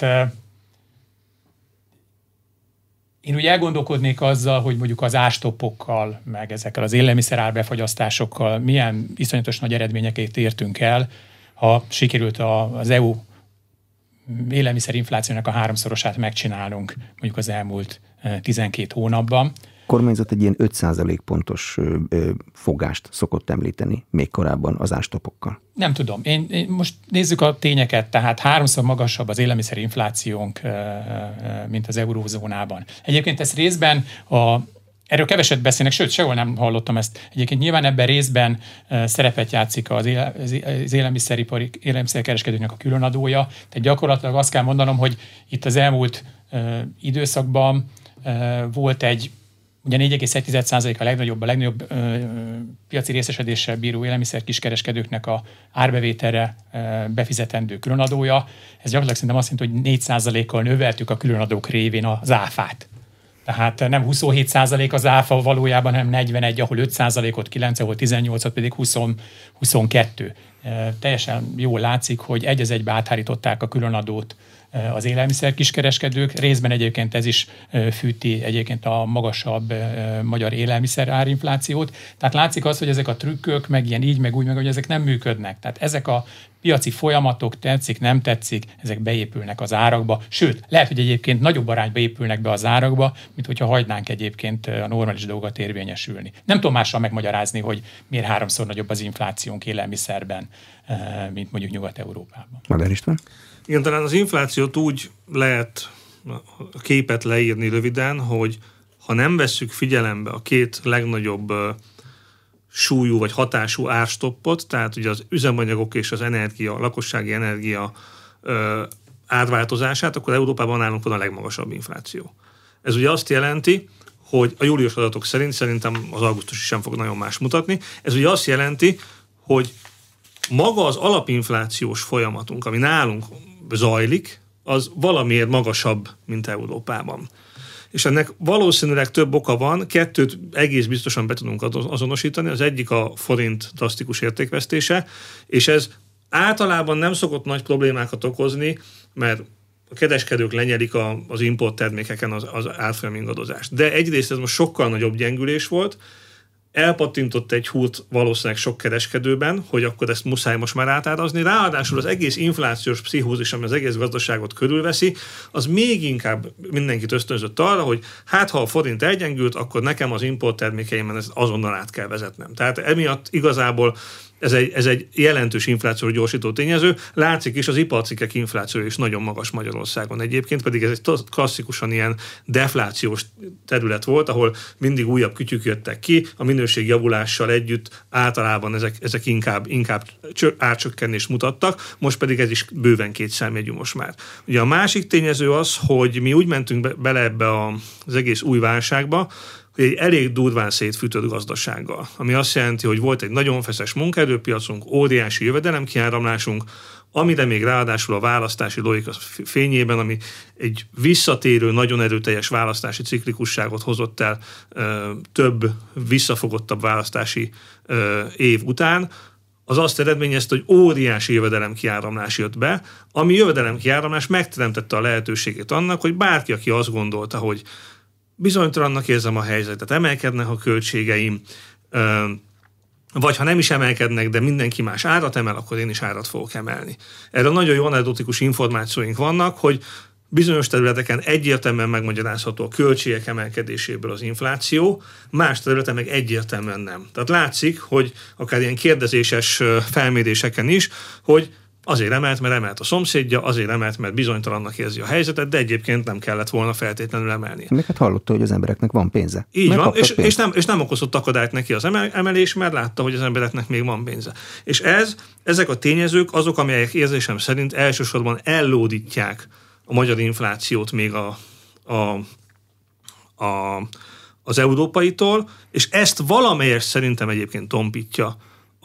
én úgy elgondolkodnék azzal, hogy mondjuk az ástoppokkal, meg ezekkel az élelmiszer árbefagyasztásokkal milyen iszonyatos nagy eredményeket értünk el, ha sikerült az EU élelmiszerinflációnak a 3-szorosát megcsinálnunk mondjuk az elmúlt 12 hónapban. A kormányzat egy ilyen 5% pontos fogást szokott említeni még korábban az ástopokkal. Nem tudom. Én most nézzük a tényeket, tehát 3-szor magasabb az élelmiszerinflációnk, mint az eurózónában. Egyébként ez részben erről keveset beszélnek, sőt, sehol nem hallottam ezt. Egyébként nyilván ebben részben szerepet játszik az élelmiszerkereskedőknek a különadója. Tehát gyakorlatilag azt kell mondanom, hogy itt az elmúlt időszakban volt egy ugye 4,1% a legnagyobb piaci részesedéssel bíró élelmiszer kiskereskedőknek a árbevételre befizetendő különadója. Ez gyakorlatilag szerintem azt jelenti, hogy 4%-kal növeltük a különadók révén az áfát. Tehát nem 27% az áfa valójában, hanem 41, ahol 5%-ot 9, ahol 18-ot pedig 22. Teljesen jól látszik, hogy egy-egybe áthárították a különadót az élelmiszer kiskereskedők, részben egyébként ez is fűti egyébként a magasabb magyar élelmiszer árinflációt. Tehát látszik az, hogy ezek a trükkök, meg ilyen így, meg úgy, meg hogy ezek nem működnek. Tehát ezek a piaci folyamatok, tetszik, nem tetszik, ezek beépülnek az árakba, sőt, lehet, hogy egyébként nagyobb arányba épülnek be az árakba, mint hogyha hagynánk egyébként a normális dolgot érvényesülni. Nem tudom mással megmagyarázni, hogy miért 3-szor nagyobb az inflációnk élelmiszerben, mint mondjuk Nyugat-Európában. Madár István? Igen, talán az inflációt úgy lehet a képet leírni röviden, hogy ha nem vesszük figyelembe a két legnagyobb súlyú vagy hatású árstoppot, tehát ugye az üzemanyagok és az energia, a lakossági energia átváltozását, akkor Európában nálunk van a legmagasabb infláció. Ez ugye azt jelenti, hogy a július adatok szerint, szerintem az augusztus sem fog nagyon más mutatni, ez ugye azt jelenti, hogy maga az alapinflációs folyamatunk, ami nálunk zajlik, az valamiért magasabb, mint Európában. És ennek valószínűleg több oka van, 2 egész biztosan be tudunk azonosítani, az egyik a forint drasztikus értékvesztése, és ez általában nem szokott nagy problémákat okozni, mert a kereskedők lenyelik az import termékeken az árfolyam ingadozást. De egyrészt ez most sokkal nagyobb gyengülés volt, elpattintott egy húrt valószínűleg sok kereskedőben, hogy akkor ezt muszáj most már átárazni. Ráadásul az egész inflációs pszichózis, ami az egész gazdaságot körülveszi, az még inkább mindenkit ösztönzött arra, hogy hát ha a forint elgyengült, akkor nekem az importtermékeimben ezt azonnal át kell vezetnem. Tehát emiatt igazából ez egy jelentős inflációs gyorsító tényező. Látszik is, az iparcikkek inflációja is nagyon magas Magyarországon egyébként, pedig ez egy klasszikusan ilyen deflációs terület volt, ahol mindig újabb kütyük jöttek ki, a minőség javulással együtt általában ezek inkább árcsökkenést mutattak, most pedig ez is bőven 2 számjegyű most már. Ugye a másik tényező az, hogy mi úgy mentünk bele ebbe az egész új válságba, egy elég durván szétfűtött gazdasággal, ami azt jelenti, hogy volt egy nagyon feszes munkaerőpiacunk, óriási jövedelemkiáramlásunk, amire még ráadásul a választási logika fényében, ami egy visszatérő, nagyon erőteljes választási ciklikusságot hozott el több visszafogottabb választási év után, az azt eredményezte, hogy óriási jövedelemkiáramlás jött be, ami jövedelemkiáramlás megteremtette a lehetőségét annak, hogy bárki, aki azt gondolta, hogy bizonytalannak érzem a helyzetet, emelkednek a költségeim, vagy ha nem is emelkednek, de mindenki más árat emel, akkor én is árat fogok emelni. Erre nagyon jó anekdotikus információink vannak, hogy bizonyos területeken egyértelműen megmagyarázható a költségek emelkedéséből az infláció, más területen meg egyértelműen nem. Tehát látszik, hogy akár ilyen kérdezéses felméréseken is, hogy azért emelt, mert emelt a szomszédja, azért emelt, mert bizonytalannak érzi a helyzetet, de egyébként nem kellett volna feltétlenül emelnie. Még hát hallotta, hogy az embereknek van pénze. Így van, és nem okozott akadályt neki az emelés, mert látta, hogy az embereknek még van pénze. És ezek a tényezők azok, amelyek érzésem szerint elsősorban ellódítják a magyar inflációt még az európaitól, és ezt valamelyest szerintem egyébként tompítja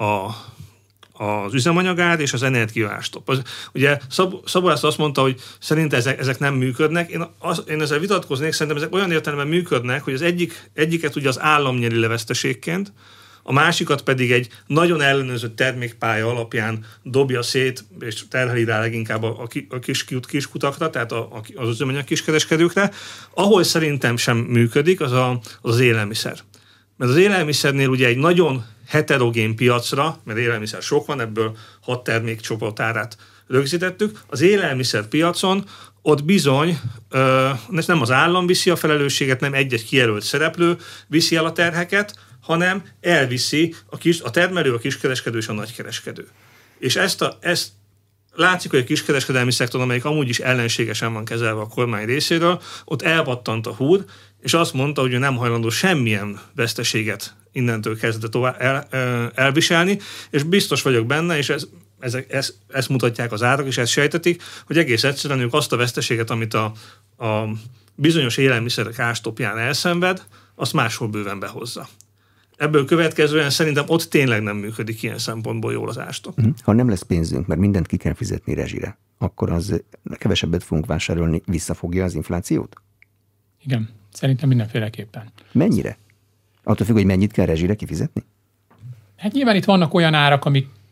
az üzemanyagár és az energiaárstopp. Ugye Szabó László azt mondta, hogy szerint ezek nem működnek. Én ezzel vitatkoznék, szerintem ezek olyan értelemben működnek, hogy az egyiket ugye az állam nyeri le veszteségként, a másikat pedig egy nagyon ellenőrzött termékpálya alapján dobja szét, és terheli rá leginkább a kiskutakra, tehát az üzemanyag kiskereskedőkre. Ahol szerintem sem működik, az élelmiszer. Mert az élelmiszernél ugye egy nagyon heterogén piacra, mert élelmiszer sok van, ebből 6 termékcsoport árát rögzítettük. Az élelmiszer piacon ott bizony nem az állam viszi a felelősséget, nem egy-egy kijelölt szereplő viszi el a terheket, hanem elviszi a termelő, a kiskereskedő és a nagykereskedő. És ezt látszik, hogy a kiskereskedelmi szektor, amelyik amúgy is ellenségesen van kezelve a kormány részéről, ott elpattant a húr, és azt mondta, hogy ő nem hajlandó semmilyen veszteséget innentől kezdve tovább elviselni, és biztos vagyok benne, és ezt mutatják az árak, és ezt sejtetik, hogy egész egyszerűen ők azt a veszteséget, amit a bizonyos élelmiszerek árstoppján elszenved, azt máshol bőven behozza. Ebből következően szerintem ott tényleg nem működik ilyen szempontból jól az árstopp. Ha nem lesz pénzünk, mert mindent ki kell fizetni rezsire, akkor az kevesebbet fogunk vásárolni, visszafogja az inflációt? Igen, szerintem mindenféleképpen. Mennyire? Attól függ, hogy mennyit kell rezsire kifizetni? Hát nyilván itt vannak olyan árak, amik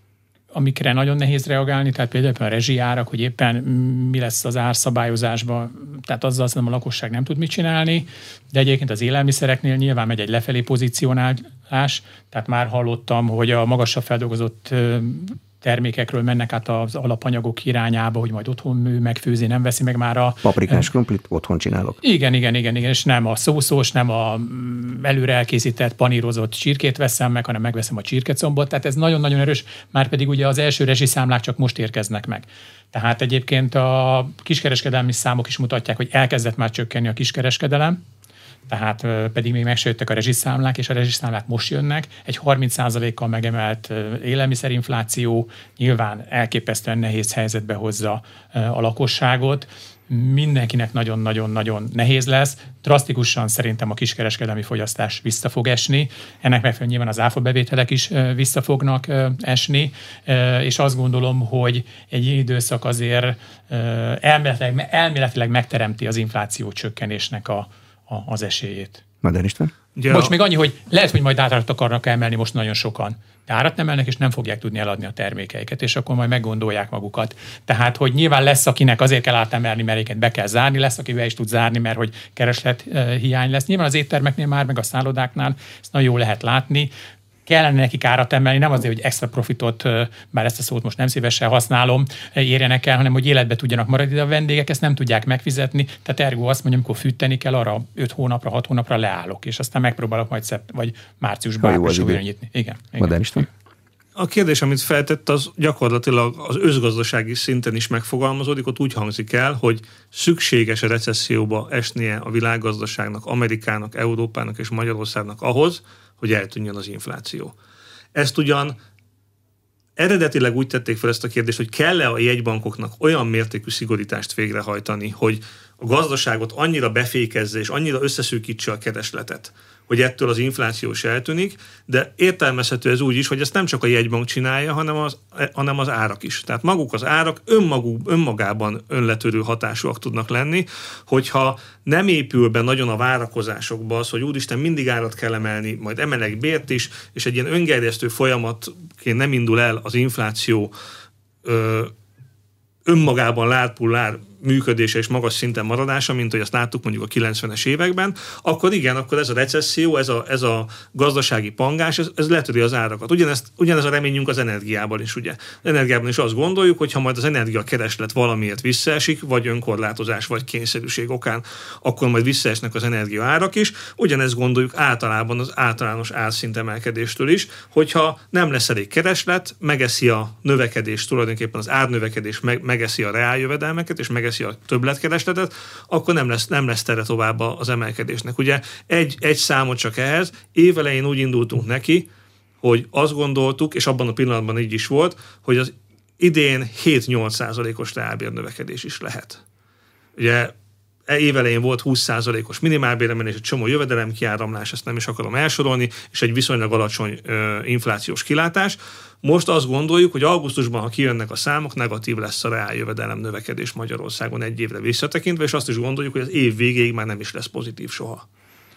amikre nagyon nehéz reagálni, tehát például a rezsijárak, hogy éppen mi lesz az árszabályozásban, tehát azzal azt a lakosság nem tud mit csinálni, de egyébként az élelmiszereknél nyilván megy egy lefelé pozícionálás, tehát már hallottam, hogy a magasabb feldolgozott termékekről mennek át az alapanyagok irányába, hogy majd otthon megfőzi, nem veszi meg már a... Paprikás krumplit otthon csinálok. Igen, és nem a szószós, nem a előre elkészített, panírozott csirkét veszem meg, hanem megveszem a csirkecombot, tehát ez nagyon-nagyon erős, már pedig ugye az első rezsiszámlák csak most érkeznek meg. Tehát egyébként a kiskereskedelmi számok is mutatják, hogy elkezdett már csökkenni a kiskereskedelem, tehát pedig még meg se jöttek a rezsiszámlák, és a rezsiszámlák most jönnek. Egy 30%-kal megemelt élelmiszerinfláció nyilván elképesztően nehéz helyzetbe hozza a lakosságot. Mindenkinek nagyon-nagyon-nagyon nehéz lesz. Drasztikusan szerintem a kiskereskedelmi fogyasztás vissza fog esni. Ennek megfelelően nyilván az áfabevételek is vissza fognak esni, és azt gondolom, hogy egy időszak azért elméletileg megteremti az infláció csökkenésnek az esélyét. Madár István? Most még annyi, hogy lehet, hogy majd árat akarnak emelni most nagyon sokan. De árat nem emelnek, és nem fogják tudni eladni a termékeiket, és akkor majd meggondolják magukat. Tehát, hogy nyilván lesz, akinek azért kell átemelni, mert őket be kell zárni, lesz, aki be is tud zárni, mert hogy kereslet hiány lesz. Nyilván az éttermeknél már, meg a szállodáknál ezt nagyon jól lehet látni. Kellene nekik árat emelni, nem azért, hogy extra profitot, bár ezt a szót most nem szívesen használom, érjenek el, hanem hogy életbe tudjanak maradni, de a vendégek ezt nem tudják megfizetni. Tehát ergo azt mondja, amikor fűteni kell, arra 5 hónapra, 6 hónapra leállok, és aztán megpróbálok majd vagy márciusban újra nyitni. Igen. Madár István? A kérdés, amit feltett, az gyakorlatilag az összgazdasági szinten is megfogalmazódik, ott úgy hangzik el, hogy szükséges a recesszióba esnie a világgazdaságnak, Amerikának, Európának és Magyarországnak ahhoz, hogy eltűnjön az infláció. Ezt ugyan eredetileg úgy tették fel ezt a kérdést, hogy kell-e a jegybankoknak olyan mértékű szigorítást végrehajtani, hogy a gazdaságot annyira befékezze és annyira összeszűkítse a keresletet, hogy ettől az infláció is eltűnik, de értelmezhető ez úgy is, hogy ezt nem csak a jegybank csinálja, hanem az árak is. Tehát maguk az árak önmagában önletörő hatásúak tudnak lenni, hogyha nem épül be nagyon a várakozásokba az, hogy úristen, mindig árat kell emelni, majd emelek bért is, és egy ilyen öngerjesztő folyamatként nem indul el az infláció önmagában lárpullár működése és magas szinten maradása, mint hogy azt láttuk mondjuk a 90-es években, akkor igen, akkor ez a recesszió, ez a gazdasági pangás, ez letöri az árakat. Ugyanez a reményünk az energiában is, ugye. Az energiában is azt gondoljuk, hogy ha majd az energiakereslet valamiért visszaesik, vagy önkorlátozás, vagy kényszerűség okán, akkor majd visszaesnek az energiaárak is. Ugyanezt gondoljuk általában az általános árszintemelkedéstől is, hogyha nem lesz elég kereslet, megeszi a növekedés, tulajdonképpen az árnövekedés megeszi a reáljövedelmeket, és megeszi a többletkeresletet, akkor nem lesz tere tovább az emelkedésnek. Ugye egy számot csak ehhez, évelején úgy indultunk neki, hogy azt gondoltuk, és abban a pillanatban így is volt, hogy az idén 7-8%-os reálbérnövekedés is lehet. Ugye évelején volt 20%-os minimálbéremelés, egy csomó jövedelemkiáramlás, ezt nem is akarom elsorolni, és egy viszonylag alacsony inflációs kilátás. Most azt gondoljuk, hogy augusztusban, ha kijönnek a számok, negatív lesz a reáljövedelem növekedés Magyarországon egy évre visszatekintve, és azt is gondoljuk, hogy az év végéig már nem is lesz pozitív soha.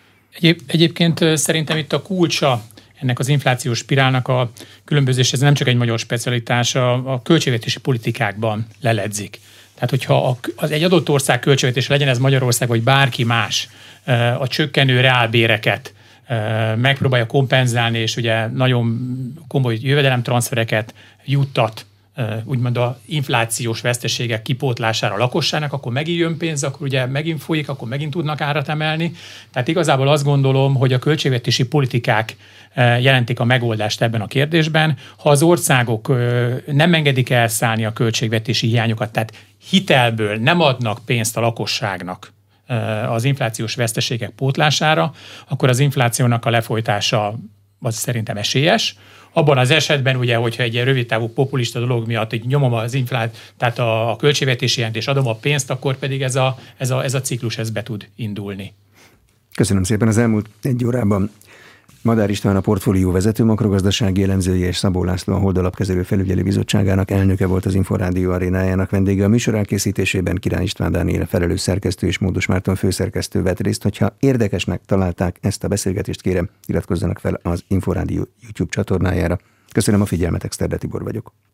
Egyébként szerintem itt a kulcsa ennek az inflációs spirálnak a különbözés, ez nem csak egy magyar specialitás, a költségvetési politikákban leledzik. Tehát, hogyha egy adott ország költségvetése, legyen ez Magyarország, vagy bárki más, a csökkenő reálbéreket megpróbálja kompenzálni, és ugye nagyon komoly jövedelemtranszfereket juttat úgymond a inflációs veszteségek kipótlására a lakosságnak, akkor megint jön pénz, akkor ugye megint folyik, akkor megint tudnak árat emelni. Tehát igazából azt gondolom, hogy a költségvetési politikák jelentik a megoldást ebben a kérdésben. Ha az országok nem engedik elszállni a költségvetési hiányokat, tehát hitelből nem adnak pénzt a lakosságnak az inflációs veszteségek pótlására, akkor az inflációnak a lefolytása az szerintem esélyes. Abban az esetben, ugye, hogyha egy ilyen rövidtávú populista dolog miatt így nyomom az tehát a költségvetési hiányt és adom a pénzt, akkor pedig ez a ciklus be tud indulni. Köszönöm szépen. Az elmúlt egy órában Madár István, a Portfólió vezető makrogazdasági elemzője, és Szabó László, a Hold Alapkezelő Felügyelő Bizottságának elnöke volt az Inforádió arénájának vendége. A műsor elkészítésében Király István Dániel, felelős szerkesztő, és Módos Márton főszerkesztő vett részt. Hogyha érdekesnek találták ezt a beszélgetést, kérem, iratkozzanak fel az Inforádió YouTube csatornájára. Köszönöm a figyelmet, Exterde Tibor vagyok.